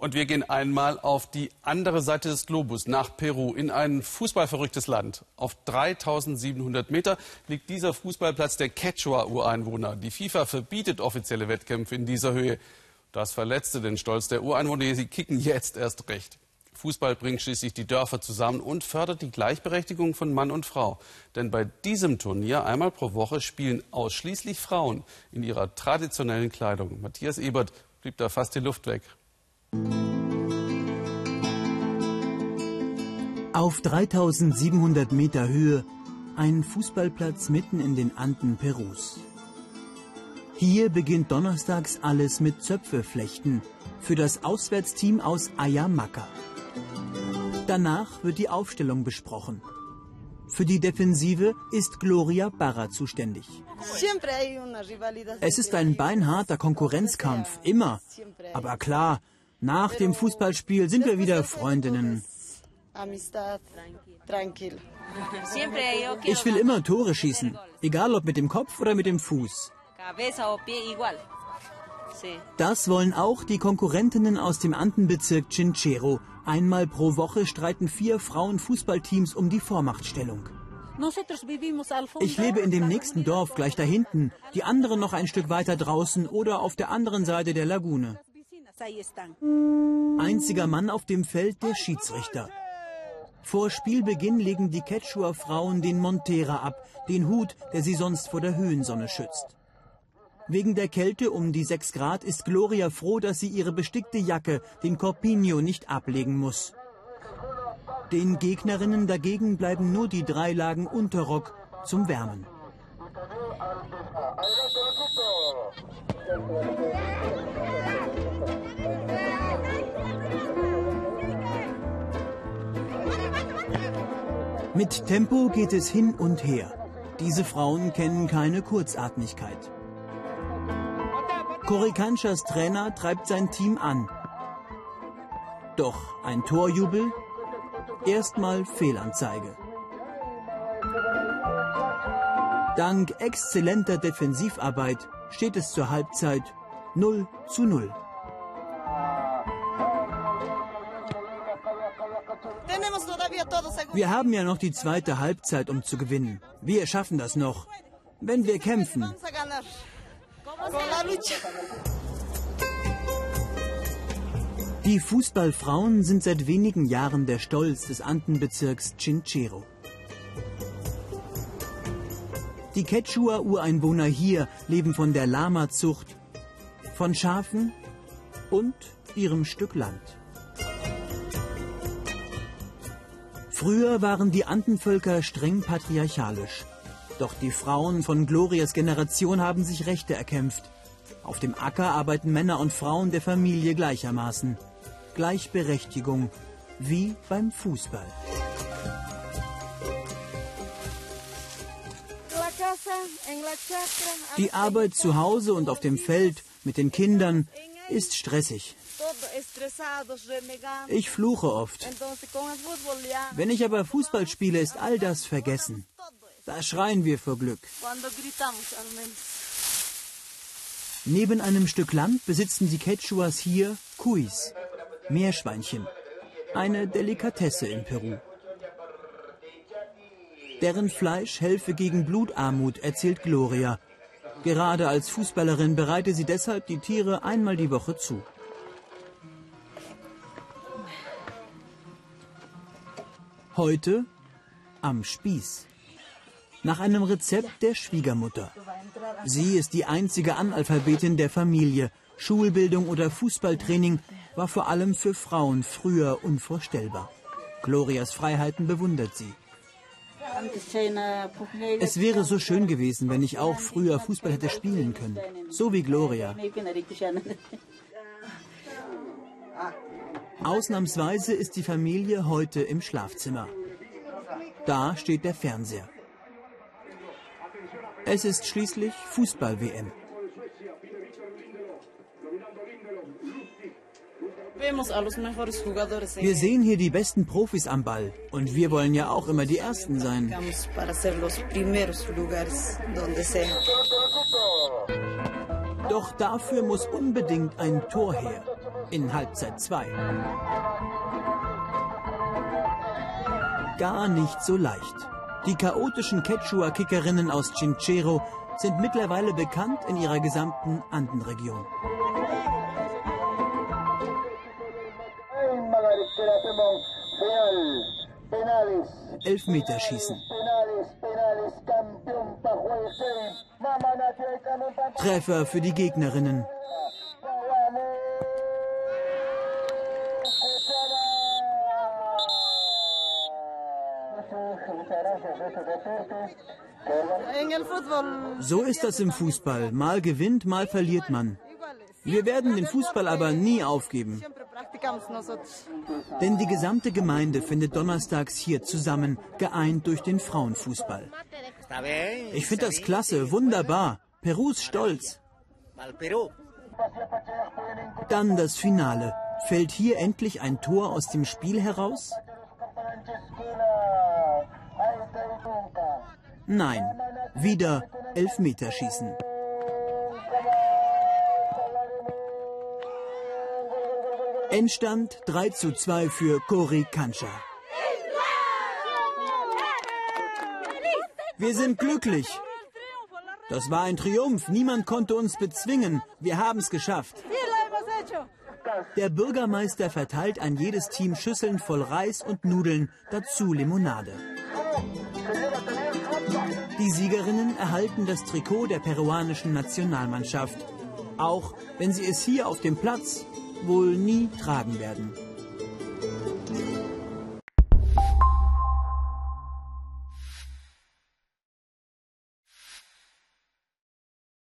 Und wir gehen einmal auf die andere Seite des Globus, nach Peru, in ein fußballverrücktes Land. Auf 3700 Meter liegt dieser Fußballplatz der Quechua-Ureinwohner. Die FIFA verbietet offizielle Wettkämpfe in dieser Höhe. Das verletzte den Stolz der Ureinwohner. Sie kicken jetzt erst recht. Fußball bringt schließlich die Dörfer zusammen und fördert die Gleichberechtigung von Mann und Frau. Denn bei diesem Turnier einmal pro Woche spielen ausschließlich Frauen in ihrer traditionellen Kleidung. Matthias Ebert blieb da fast die Luft weg. Auf 3700 Meter Höhe ein Fußballplatz mitten in den Anden Perus. Hier beginnt donnerstags alles mit Zöpfeflechten für das Auswärtsteam aus Ayamaca. Danach wird die Aufstellung besprochen. Für die Defensive ist Gloria Barra zuständig. Es ist ein beinharter Konkurrenzkampf, immer. Aber klar, nach dem Fußballspiel sind wir wieder Freundinnen. Ich will immer Tore schießen, egal ob mit dem Kopf oder mit dem Fuß. Das wollen auch die Konkurrentinnen aus dem Andenbezirk Chinchero. Einmal pro Woche streiten 4 Frauenfußballteams um die Vormachtstellung. Ich lebe in dem nächsten Dorf gleich da hinten, die anderen noch ein Stück weiter draußen oder auf der anderen Seite der Lagune. Einziger Mann auf dem Feld der Schiedsrichter. Vor Spielbeginn legen die Quechua-Frauen den Montera ab, den Hut, der sie sonst vor der Höhensonne schützt. Wegen der Kälte um die 6 Grad ist Gloria froh, dass sie ihre bestickte Jacke, den Corpiño, nicht ablegen muss. Den Gegnerinnen dagegen bleiben nur die 3 Lagen Unterrock zum Wärmen. Mit Tempo geht es hin und her. Diese Frauen kennen keine Kurzatmigkeit. Coricanchas Trainer treibt sein Team an. Doch ein Torjubel, erstmal Fehlanzeige. Dank exzellenter Defensivarbeit steht es zur Halbzeit 0:0. Wir haben ja noch die zweite Halbzeit, um zu gewinnen. Wir schaffen das noch, wenn wir kämpfen. Die Fußballfrauen sind seit wenigen Jahren der Stolz des Andenbezirks Chinchero. Die Quechua-Ureinwohner hier leben von der Lama-Zucht, von Schafen und ihrem Stück Land. Früher waren die Andenvölker streng patriarchalisch. Doch die Frauen von Glorias Generation haben sich Rechte erkämpft. Auf dem Acker arbeiten Männer und Frauen der Familie gleichermaßen. Gleichberechtigung, wie beim Fußball. Die Arbeit zu Hause und auf dem Feld mit den Kindern ist stressig. Ich fluche oft. Wenn ich aber Fußball spiele, ist all das vergessen. Da schreien wir vor Glück. Neben einem Stück Land besitzen die Quechuas hier Cuys, Meerschweinchen, eine Delikatesse in Peru. Deren Fleisch helfe gegen Blutarmut, erzählt Gloria. Gerade als Fußballerin bereite sie deshalb die Tiere einmal die Woche zu. Heute am Spieß. Nach einem Rezept der Schwiegermutter. Sie ist die einzige Analphabetin der Familie. Schulbildung oder Fußballtraining war vor allem für Frauen früher unvorstellbar. Glorias Freiheiten bewundert sie. Es wäre so schön gewesen, wenn ich auch früher Fußball hätte spielen können. So wie Gloria. Ausnahmsweise ist die Familie heute im Schlafzimmer. Da steht der Fernseher. Es ist schließlich Fußball-WM. Wir sehen hier die besten Profis am Ball. Und wir wollen ja auch immer die Ersten sein. Doch dafür muss unbedingt ein Tor her. in Halbzeit 2. Gar nicht so leicht. Die chaotischen Quechua-Kickerinnen aus Chinchero sind mittlerweile bekannt in ihrer gesamten Andenregion. Elfmeterschießen. Treffer für die Gegnerinnen. So ist das im Fußball. Mal gewinnt, mal verliert man. Wir werden den Fußball aber nie aufgeben. Denn die gesamte Gemeinde findet donnerstags hier zusammen, geeint durch den Frauenfußball. Ich finde das klasse, wunderbar. Peru ist stolz. Dann das Finale. Fällt hier endlich ein Tor aus dem Spiel heraus? Nein, wieder Elfmeterschießen. Endstand 3:2 für Cori Cancha. Wir sind glücklich. Das war ein Triumph. Niemand konnte uns bezwingen. Wir haben es geschafft. Der Bürgermeister verteilt an jedes Team Schüsseln voll Reis und Nudeln, dazu Limonade. Die Siegerinnen erhalten das Trikot der peruanischen Nationalmannschaft. Auch wenn sie es hier auf dem Platz wohl nie tragen werden.